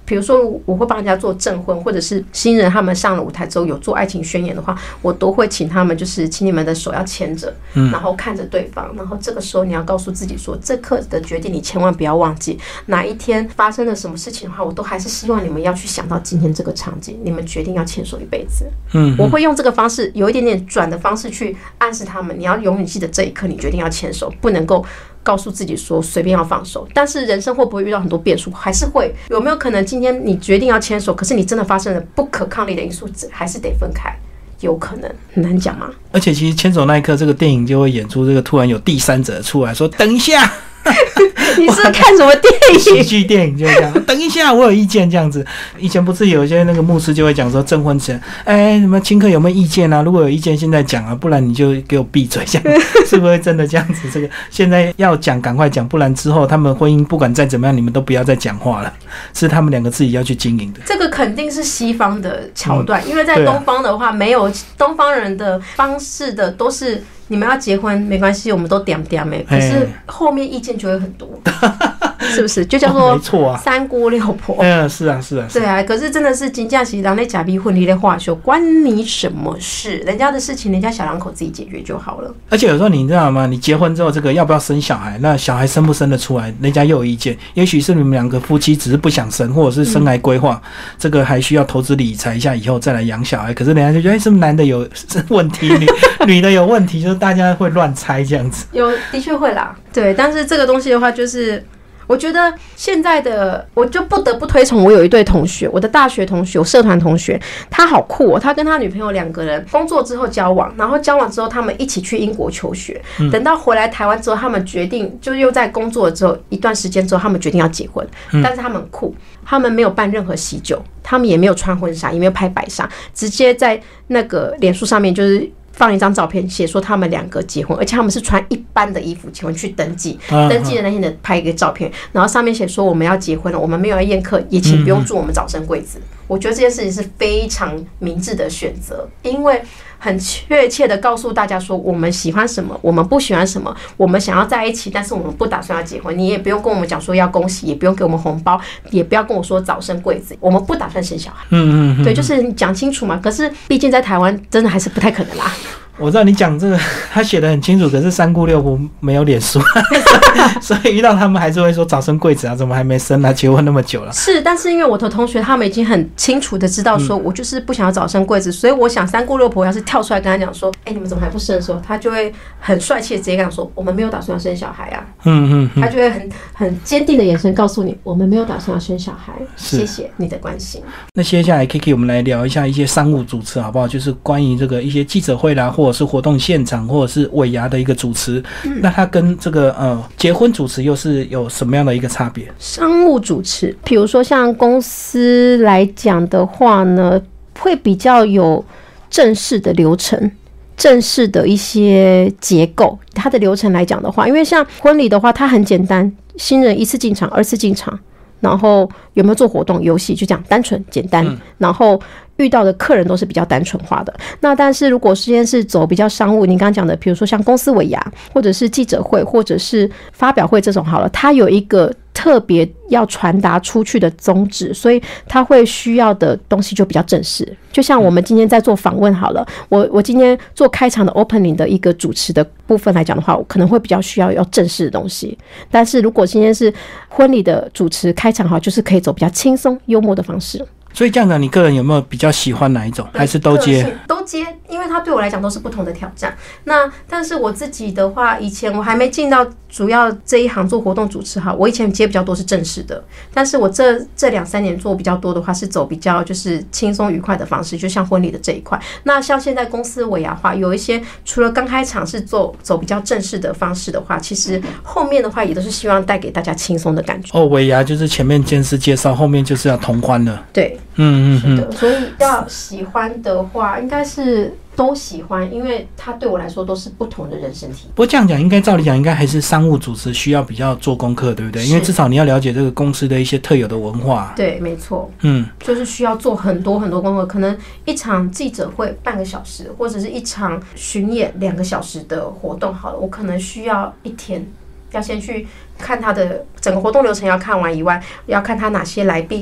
比如说我会帮人家做证婚，或者是新人他们上了舞台之后有做爱情宣言的话，我都会请他们就是请你们的手要牵着，然后看着对方，然后这个时候你要告诉自己说，这刻的决定你千万不要忘记，哪一天发生了什么事情的话，我都还是希望你们要去想到今天这个场景，你们决定要牵手一辈子。我会用这个方式，有一点点转的方式去暗示他们，你要永远记得这一刻你决定要牵手，不能够告诉自己说随便要放手。但是人生会不会遇到很多变数？还是会。有没有可能今天你决定要牵手，可是你真的发生了不可抗力的因素，还是得分开？有可能，很难讲嘛。 而且其实牵手那一刻，这个电影就会演出这个突然有第三者出来说：“等一下。” 你是看什么电影？ 喜剧电影就是这样。等一下，我有意见这样子。以前不是有些那个牧师就会讲说，证婚前，你们亲客有没有意见啊？如果有意见，现在讲啊，不然你就给我闭嘴，这样是不是真的这样子？这个现在要讲，赶快讲，不然之后他们婚姻不管再怎么样，你们都不要再讲话了，是他们两个自己要去经营的。 这个肯定是西方的桥段，因为在东方的话，没有东方人的方式的都是。你们要结婚没关系，我们都点点没，可是后面意见就会很多，是不是？就叫做三姑六婆。 是啊，是啊， 对啊。可是真的是真正是人在假逼婚礼的话说，关你什么事？人家的事情，人家小两口自己解决就好了。 而且有时候你知道吗？你结婚之后，这个要不要生小孩？那小孩生不生得出来，人家又有意见。也许是你们两个夫妻只是不想生，或者是生来规划，这个还需要投资理财一下，以后再来养小孩。可是人家就觉得，是不是男的有问题，女的有问题，就是大家会乱猜这样子。 的确会啦，对。但是这个东西的话，就是我觉得现在的我就不得不推崇我有一对同学，我的大学同学，我社团同学，他好酷哦。他跟他女朋友两个人工作之后交往，然后交往之后他们一起去英国求学。等到回来台湾之后，他们决定就又在工作之后一段时间之后，他们决定要结婚。但是他们很酷，他们没有办任何喜酒，他们也没有穿婚纱，也没有拍白纱，直接在那个脸书上面就是放一张照片，写说他们两个结婚，而且他们是穿一般的衣服结婚去登记，登记的那天的拍一个照片，然后上面写说我们要结婚了，我们没有要宴客，也请不用祝我们早生贵子。我觉得这件事情是非常明智的选择，因为很确切的告诉大家说我们喜欢什么，我们不喜欢什么，我们想要在一起，但是我们不打算要结婚。你也不用跟我们讲说要恭喜，也不用给我们红包，也不要跟我说早生贵子，我们不打算生小孩。对，就是讲清楚嘛。可是毕竟在台湾真的还是不太可能啦。 我知道你讲这个，他写得很清楚，可是三姑六婆没有脸书，所以遇到他们还是会说早生贵子啊，怎么还没生啊？结婚那么久了。是， 但是因为我的同学他们已经很清楚的知道说，我就是不想要早生贵子，所以我想三姑六婆要是跳出来跟他讲说，你们怎么还不生的时候，他就会很帅气的直接跟他说，我们没有打算要生小孩啊。他就会很坚定的眼神告诉你，我们没有打算要生小孩，谢谢你的关心。 那接下来 Kiki 我们来聊一下一些商务主持好不好？就是关于这个一些记者会啦，或者是活动现场，或者是尾牙的一个主持，那它跟这个结婚主持又是有什么样的一个差别？ 商务主持，比如说像公司来讲的话呢，会比较有正式的流程，正式的一些结构。它的流程来讲的话，因为像婚礼的话，它很简单，新人一次进场，二次进场，然后有没有做活动游戏，就这样单纯简单，然后遇到的客人都是比较单纯化的。那但是如果今天是走比较商务，您刚刚讲的比如说像公司尾牙或者是记者会或者是发表会这种好了，它有一个特别要传达出去的宗旨，所以它会需要的东西就比较正式。就像我们今天在做访问好了，我今天做开场的 opening 的一个主持的部分来讲的话，我可能会比较需要正式的东西。但是如果今天是婚礼的主持开场好，就是可以走比较轻松幽默的方式。 所以这样的，你个人有没有比较喜欢哪一种？还是都接？ 都接，因为它对我来讲都是不同的挑战。那但是我自己的话，以前我还没进到主要这一行做活动主持哈，我以前接比较多是正式的，但是我这2-3年做比较多的话，是走比较就是轻松愉快的方式，就像婚礼的这一块。那像现在公司尾牙话，有一些除了刚开场是走比较正式的方式的话，其实后面的话也都是希望带给大家轻松的感觉。 尾牙就是前面先是介绍，后面就是要同欢了。 对。是的，所以要喜欢的话，应该是都喜欢，因为它对我来说都是不同的人生体验。 不过这样讲，应该照理讲，应该还是商务主持需要比较做功课，对不对？因为至少你要了解这个公司的一些特有的文化。 对，没错。就是需要做很多很多功课，可能一场记者会半个小时，或者是一场巡演2个小时的活动，好了，我可能需要1天。要先去看他的整个活动流程要看完以外，要看他哪些来宾，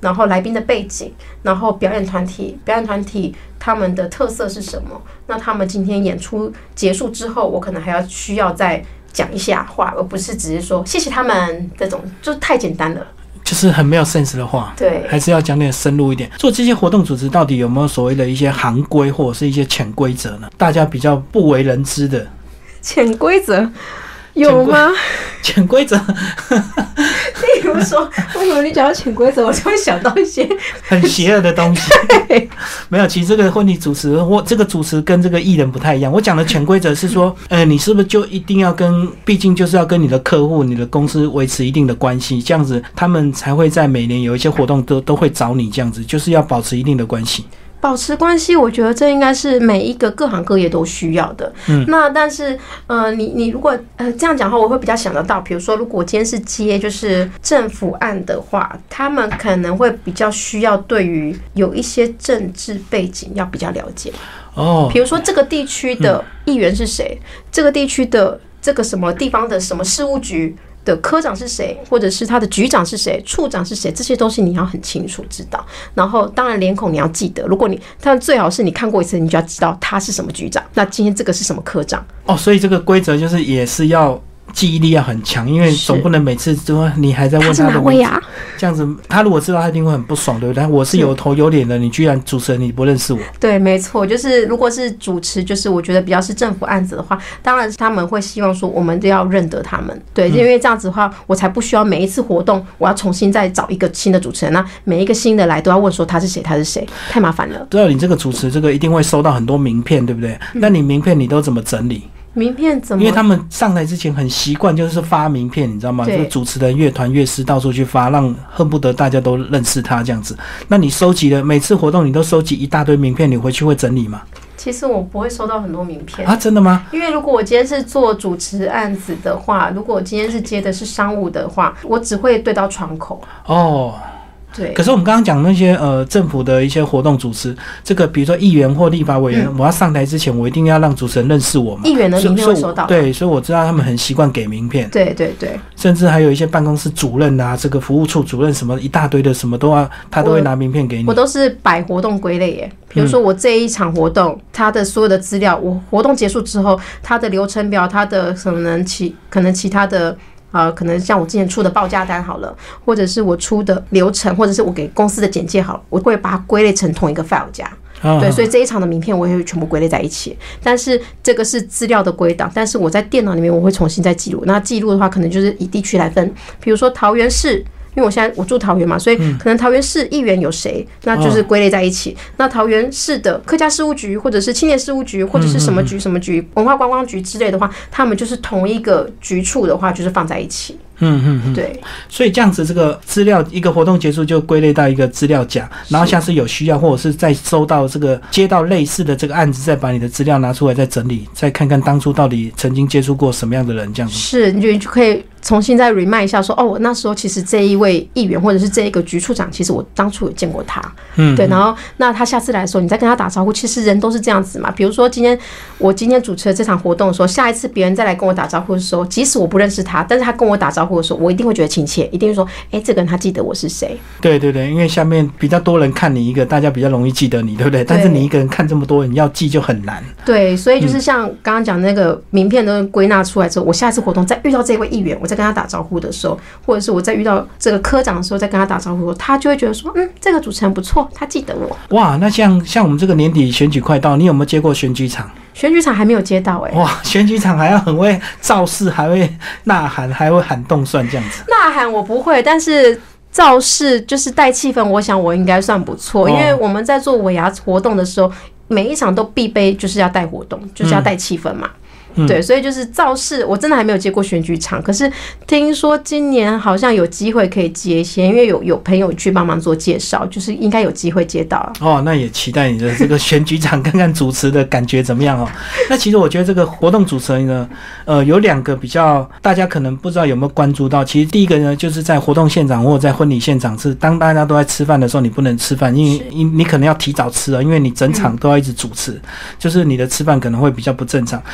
然后来宾的背景，然后表演团体他们的特色是什么？那他们今天演出结束之后，我可能还需要再讲一下话，而不是只是说谢谢他们这种，就太简单了。 就是很没有 sense 的话， 对， 还是要讲点深入一点。做这些活动组织到底有没有所谓的一些行规或者是一些潜规则呢？大家比较不为人知的潜规则有吗？ 潜规则， 例如说，为什么你讲到潜规则，我就会想到一些很邪恶的东西。没有，其实这个婚礼主持或这个主持跟这个艺人不太一样。我讲的潜规则是说，你是不是就一定要毕竟就是要跟你的客户、你的公司维持一定的关系，这样子他们才会在每年有一些活动都会找你，这样子就是要保持一定的关系。 保持关系，我觉得这应该是每一个各行各业都需要的。那但是你如果这样讲的话，我会比较想得到，比如说如果今天是接就是政府案的话，他们可能会比较需要对于有一些政治背景要比较了解。比如说这个地区的议员是谁，这个地区的这个什么地方的什么事务局的科长是谁，或者是他的局长是谁、处长是谁，这些东西你要很清楚知道。然后当然脸孔你要记得，如果他最好是你看过一次，你就要知道他是什么局长，那今天这个是什么科长。所以这个规则就是也是要记忆力要很强，因为总不能每次都你还在问他的哪位啊？ 这样子他如果知道他一定会很不爽，对不对？我是有头有脸的，你居然主持人你不认识我。 对，没错，就是如果是主持，就是我觉得比较是政府案子的话，当然他们会希望说我们都要认得他们，对，因为这样子的话，我才不需要每一次活动我要重新再找一个新的主持人，那每一个新的来都要问说他是谁，太麻烦了。 对啊，你这个主持这个一定会收到很多名片，对不对？那你名片你都怎么整理？ 名片怎么？ 因为他们上台之前很习惯就是发名片，你知道吗？就是主持人、乐团、乐师到处去发，让恨不得大家都认识他这样子。那你收集了每次活动你都收集一大堆名片，你回去会整理吗？ 其实我不会收到很多名片啊，真的吗？ 因为如果我今天是做主持案子的话，如果我今天是接的是商务的话，我只会对到窗口。对， 可是我们刚刚讲那些政府的一些活动主持，这个比如说议员或立法委员，我要上台之前，我一定要让主持人认识我嘛。 议员的名片会收到， 对，所以我知道他们很习惯给名片。 对对对， 甚至还有一些办公室主任啊，这个服务处主任什么一大堆的什么他都会拿名片给你。 我都是摆活动归类耶，比如说我这一场活动，它的所有的资料，我活动结束之后，它的流程表，它的可能其他的。可能像我之前出的报价单好了，或者是我出的流程，或者是我给公司的简介好了，我会把它归类成同一个 file 夹。对，所以这一场的名片我也会全部归类在一起。但是这个是资料的归档，但是我在电脑里面我会重新再记录。那记录的话，可能就是以地区来分，比如说桃园市。因为我住桃园嘛，所以可能桃园市议员有谁，那就是归类在一起。那桃园市的客家事务局，或者是青年事务局，或者是什么局什么局，文化观光局之类的话，他们就是同一个局处的话，就是放在一起。对， 所以这样子，这个资料一个活动结束就归类到一个资料夹，然后下次有需要或者是再收到接到类似的这个案子，再把你的资料拿出来再整理，再看看当初到底曾经接触过什么样的人，这样子。 是，你就可以重新再 remind 一下说，我那时候其实这一位议员或者是这一个局处长，其实我当初有见过他。对，然后那他下次来的时候，你再跟他打招呼，其实人都是这样子嘛。比如说我今天主持了这场活动的时候，下一次别人再来跟我打招呼的时候，即使我不认识他，但是他跟我打招呼的时候，我一定会觉得亲切，一定会说，这个人他记得我是谁。 对对对，因为下面比较多人看你一个，大家比较容易记得你，对不对？但是你一个人看这么多人，要记就很难。 对，所以就是像刚刚讲那个名片都归纳出来之后，我下一次活动再遇到这位议员，我再跟他打招呼的时候，或者是我在遇到这个科长的时候再跟他打招呼的时候，他就会觉得说，这个主持人不错，他记得我。 哇，那像我们这个年底选举快到，你有没有接过选举场？ 选举场还没有接到哇，选举场还要很会造势，还会呐喊，还会喊动算这样子。 呐喊我不会，但是造势就是带气氛，我想我应该算不错，因为我们在做尾牙活动的时候，每一场都必备就是要带活动，就是要带气氛嘛。对，所以就是造势，我真的还没有接过选举场，可是听说今年好像有机会可以接一些，因为有朋友去帮忙做介绍，就是应该有机会接到。 那也期待你的这个选举场看看主持的感觉怎么样那其实我觉得这个活动主持人呢，有两个比较大家可能不知道有没有关注到。其实第一个呢，就是在活动现场或者在婚礼现场，是当大家都在吃饭的时候，你不能吃饭，因为你可能要提早吃因为你整场都要一直主持，就是你的吃饭可能会比较不正常。那第二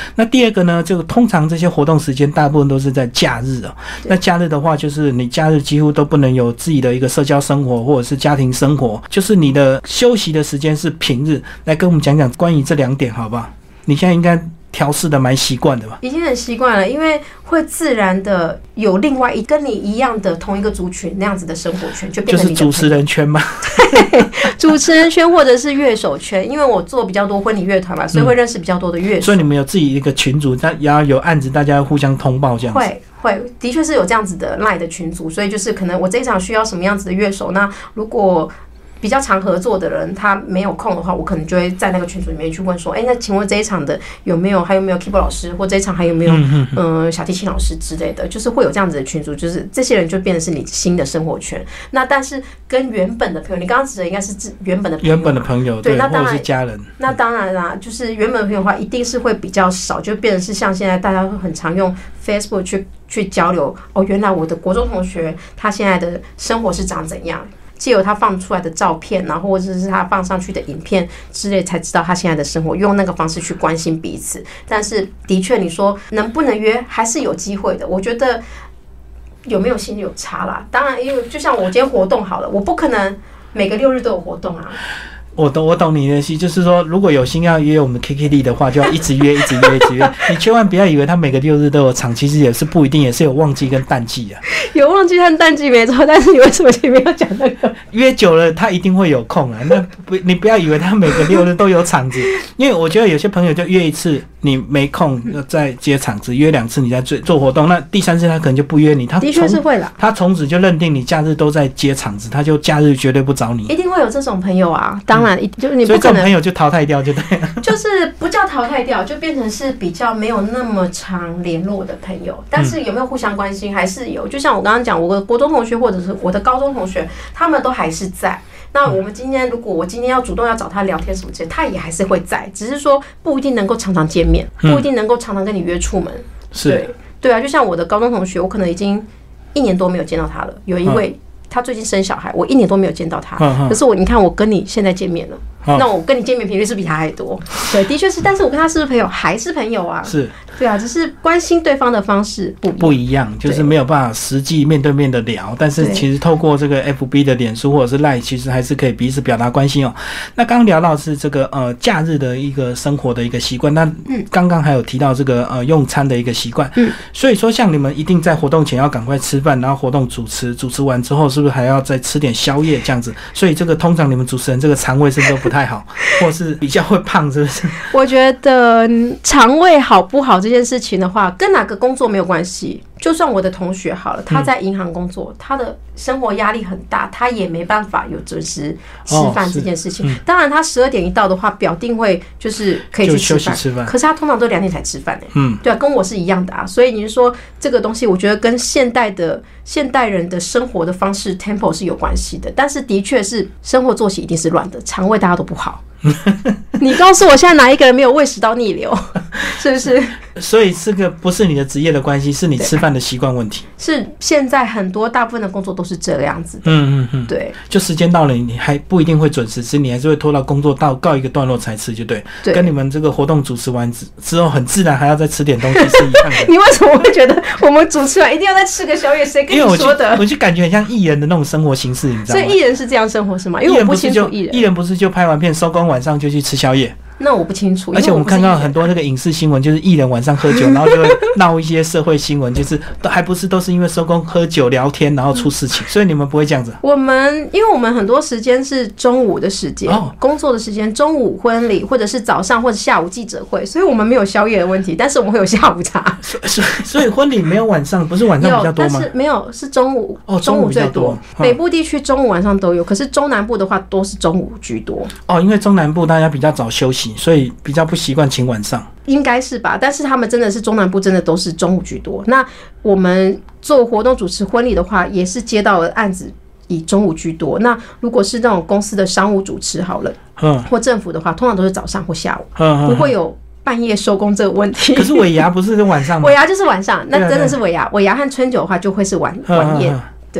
二个呢，就通常这些活动时间大部分都是在假日哦。那假日的话，就是你假日几乎都不能有自己的一个社交生活或者是家庭生活，就是你的休息的时间是平日。来跟我们讲讲关于这2点好不好？你现在应该调试的蛮习惯的吧？ 已经很习惯了，因为会自然的有另外跟你一样的同一个族群那样子的生活圈，就变成你的就是主持人圈吗？ 对，主持人圈或者是乐手圈，因为我做比较多婚礼乐团嘛，所以会认识比较多的乐手。 所以你们有自己一个群组，也要有案子，大家互相通报这样子。 会，的确是有这样子的 LINE 的群组，所以就是可能我这一场需要什么样子的乐手，那如果比较常合作的人他没有空的话，我可能就会在那个群组里面去问说，那请问这一场的还有没有 keyboard 老师，或这一场还有没有小提琴老师之类的，就是会有这样子的群组，就是这些人就变成是你新的生活圈。那但是跟原本的朋友，你刚刚指的应该是原本的朋友， 对， 那当然或者是家人。 那当然啦，就是原本的朋友的话，一定是会比较少，就变成是像现在大家会很常用 Facebook 去交流。原来我的国中同学他现在的生活是长怎样。藉由他放出来的照片，然后或者是他放上去的影片之类，才知道他现在的生活，用那个方式去关心彼此。但是的确，你说能不能约，还是有机会的。我觉得有没有心有差啦。当然，因为就像我今天活动好了，我不可能每个6日都有活动啊。 我懂你的意思，就是说，如果有心要约我们 KKD 的话，就要一直约，一直约，一直约。你千万不要以为他每个6日都有场，其实也是不一定，也是有旺季跟淡季啊。 有旺季和淡季没错，但是你为什么前面要讲那个？ 约久了，他一定会有空啊。你不要以为他每个6日都有场子，因为我觉得有些朋友就约一次，你没空再接场子，约2次你再做活动，那第3次他可能就不约你。他的确是会啦， 他从此就认定你假日都在接场子，他就假日绝对不找你。 一定会有这种朋友啊，当然，就是你不可能。 所以这种朋友就淘汰掉就对了。 就是不叫淘汰掉，就变成是比较没有那么常联络的朋友。但是有没有互相关心，还是有。就像我刚刚讲，我的国中同学或者是我的高中同学，他们都还是在。那我们今天，如果我今天要主动要找他聊天什么之类，他也还是会在，只是说不一定能够常常见面，不一定能够常常跟你约出门。对啊，就像我的高中同学，我可能已经1年多没有见到他了。有一位。他最近生小孩，我1年都没有见到他。可是你看我跟你现在见面了，那我跟你见面频率是比他还多。对，的确是，但是我跟他是不是朋友？还是朋友啊？是，对啊，只是关心对方的方式不一样， 就是没有办法实际面对面的聊。但是其实透过这个 FB 的脸书或者是 LINE， 其实还是可以彼此表达关心哦。那刚刚聊到是这个假日的一个生活的一个习惯，那刚刚还有提到这个用餐的一个习惯。所以说像你们一定在活动前要赶快吃饭，然后活动主持完之后。是不是还要再吃点宵夜这样子？所以这个通常你们主持人这个肠胃是不是都不太好，或是比较会胖，是不是？ 我觉得肠胃好不好这件事情的话，跟哪个工作没有关系。就算我的同学好了，他在银行工作，他的生活压力很大，他也没办法有准时吃饭这件事情。当然，他12点一到的话，表定会就是可以去吃饭，可是他通常都2点才吃饭对啊，跟我是一样的啊。所以你是说这个东西，我觉得跟现代人的生活的方式 tempo 是有关系的。但是的确是生活作息一定是乱的，肠胃大家都不好。你告诉我现在哪一个人没有胃食道逆流？是不是？ 所以这个不是你的职业的关系，是你吃饭的习惯问题。 是现在大部分的工作都是这样子的。对， 就时间到了，你还不一定会准时吃，你还是会拖到工作告一个段落才吃，就对。跟你们这个活动主持完之后，很自然还要再吃点东西是一样的。 你为什么会觉得我们主持完一定要再吃个宵夜？谁跟你说的？ 我就感觉很像艺人的那种生活形式，你知道吗？ 所以艺人是这样生活是吗？因为我不清楚艺人不是就拍完片收工晚上就去吃宵夜。 那我不清楚， 而且我们看到很多那个影视新闻，就是艺人晚上喝酒，然后就会闹一些社会新闻，就是都是因为收工喝酒聊天，然后出事情。所以你们不会这样子？ 因为我们很多时间是中午的时间，工作的时间，中午婚礼或者是早上或者下午记者会，所以我们没有宵夜的问题，但是我们会有下午茶。 所以婚礼没有晚上，不是晚上比较多吗？ 但是没有，是中午。中午最多。北部地区中午晚上都有，可是中南部的话都是中午居多。 因为中南部大家比较早休息。所以比较不习惯请晚上， 应该是吧？但是他们真的是中南部，真的都是中午居多。那我们做活动主持婚礼的话，也是接到的案子以中午居多。那如果是那种公司的商务主持好了，或政府的话，通常都是早上或下午，不会有半夜收工这个问题。 可是尾牙不是晚上吗？ 尾牙就是晚上，那真的是尾牙。尾牙和春酒的话，就会是晚夜。对。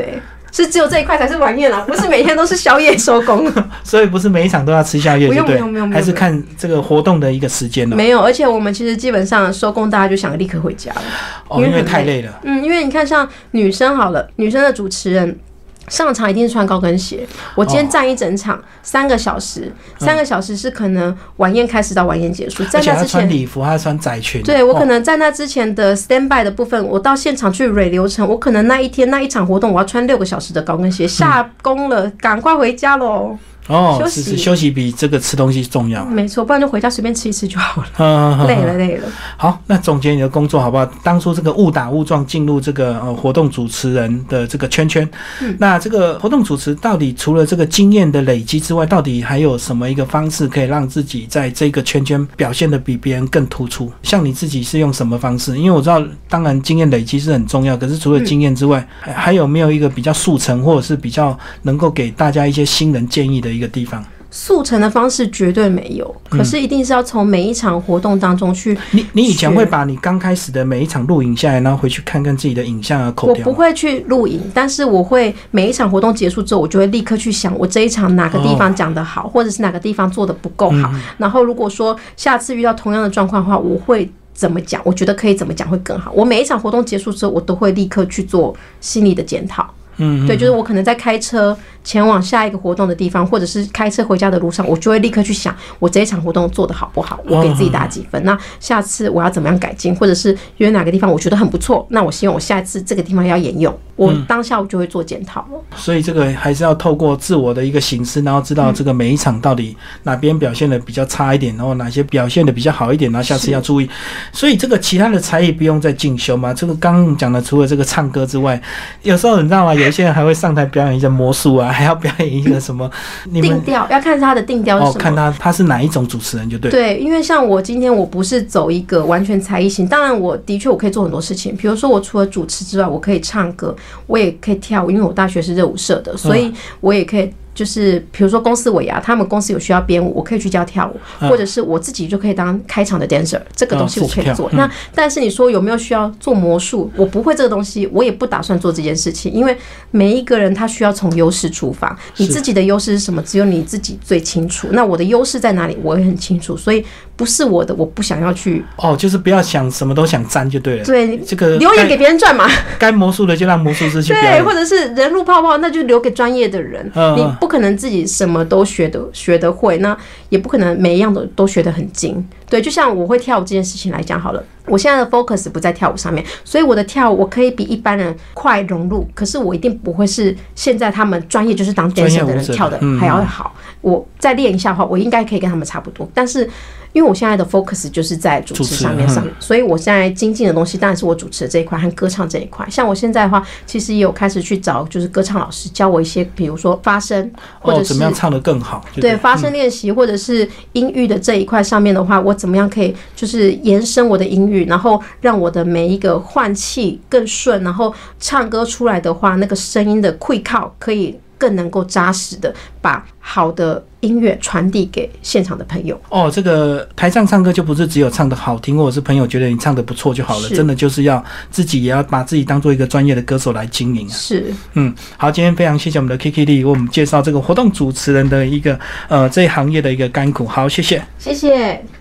是只有这一块才是晚宴啦，不是每天都是宵夜收工。 所以不是每一场都要吃宵夜， 不用对， 不用， 还是看这个活动的一个时间了。 没有，而且我们其实基本上收工，大家就想立刻回家了， 因为太累了。 因为你看，像女生好了，女生的主持人。上场一定是穿高跟鞋。我今天站一整场3个小时，3个小时是可能晚宴开始到晚宴结束。在那之前， 而且他穿礼服，他穿窄裙。 对，我可能在那之前的 stand by 的部分，我到现场去蕊流程，我可能那一天那一场活动，我要穿6个小时的高跟鞋。下工了，赶快回家喽。 是休息比这个吃东西重要。 没错，不然就回家随便吃一吃就好了。累了。好， 那总结你的工作好不好？当初这个误打误撞进入这个活动主持人的这个圈圈，那这个活动主持到底除了这个经验的累积之外，到底还有什么一个方式可以让自己在这个圈圈表现得比别人更突出？像你自己是用什么方式？因为我知道，当然经验累积是很重要，可是除了经验之外，还有没有一个比较速成，或者是比较能够给大家一些新人建议的一个地方？ 速成的方式绝对没有，可是一定是要从每一场活动当中去。 你以前会把你刚开始的每一场录影下来，然后回去看看自己的影像啊口条？ 我不会去录影，但是我会每一场活动结束之后，我就会立刻去想我这一场哪个地方讲得好，或者是哪个地方做得不够好。然后如果说下次遇到同样的状况的话，我会怎么讲？我觉得可以怎么讲会更好。我每一场活动结束之后，我都会立刻去做心理的检讨。对，就是我可能在开车前往下一个活动的地方，或者是开车回家的路上，我就会立刻去想，我这一场活动做得好不好，我给自己打几分。那下次我要怎么样改进，或者是因为哪个地方我觉得很不错，那我希望我下一次这个地方要沿用。我当下我就会做检讨了。 所以这个还是要透过自我的一个省思，然后知道这个每一场到底哪边表现的比较差一点，然后哪些表现的比较好一点，然后下次要注意。所以这个其他的才艺不用再进修嘛？这个刚刚讲的，除了这个唱歌之外，有时候你知道吗？有些人还会上台表演一些魔术啊，还要表演一个什么定调，要看他的定调是什么。 看他是哪一种主持人就对。 对，因为像我今天我不是走一个完全才艺型，当然我的确我可以做很多事情，比如说我除了主持之外，我可以唱歌，我也可以跳舞，因为我大学是热舞社的，所以我也可以。就是比如说公司尾牙，他们公司有需要编舞，我可以去教跳舞，或者是我自己就可以当开场的 dancer， 这个东西我可以做。那但是你说有没有需要做魔术？我不会这个东西，我也不打算做这件事情，因为每一个人他需要从优势出发，你自己的优势是什么，只有你自己最清楚。那我的优势在哪里，我也很清楚，所以不是我的，我不想要去。 就是不要想什么都想沾就对了。 对， 这个留言给别人赚嘛。 该魔术的就让魔术师去表演。 对，或者是人入泡泡，那就留给专业的人。你不可能自己什么都学得会，那也不可能每一样都学得很精。对，就像我会跳舞这件事情来讲好了，我现在的 focus 不在跳舞上面，所以我的跳舞我可以比一般人快融入，可是我一定不会是现在他们专业就是当 dancer 的人跳的还要好。我再练一下的话，我应该可以跟他们差不多，但是因为我现在的 focus 就是在主持上面，所以我现在精进的东西当然是我主持的这一块和歌唱这一块。像我现在的话，其实也有开始去找就是歌唱老师教我一些，比如说发声，或者是怎么样唱得更好。 对，发声练习，或者是音域的这一块上面的话，我怎么样可以就是延伸我的音域，然后让我的每一个换气更顺，然后唱歌出来的话，那个声音的溃靠可以更能够扎实的把好的音乐传递给现场的朋友。这个台上唱歌就不是只有唱得好听，或者是朋友觉得你唱得不错就好了，真的就是要自己也要把自己当做一个专业的歌手来经营。是，好，今天非常谢谢我们的 Kiki Lee 为我们介绍这个活动主持人的一个这一行业的一个甘苦。好，谢谢，谢谢。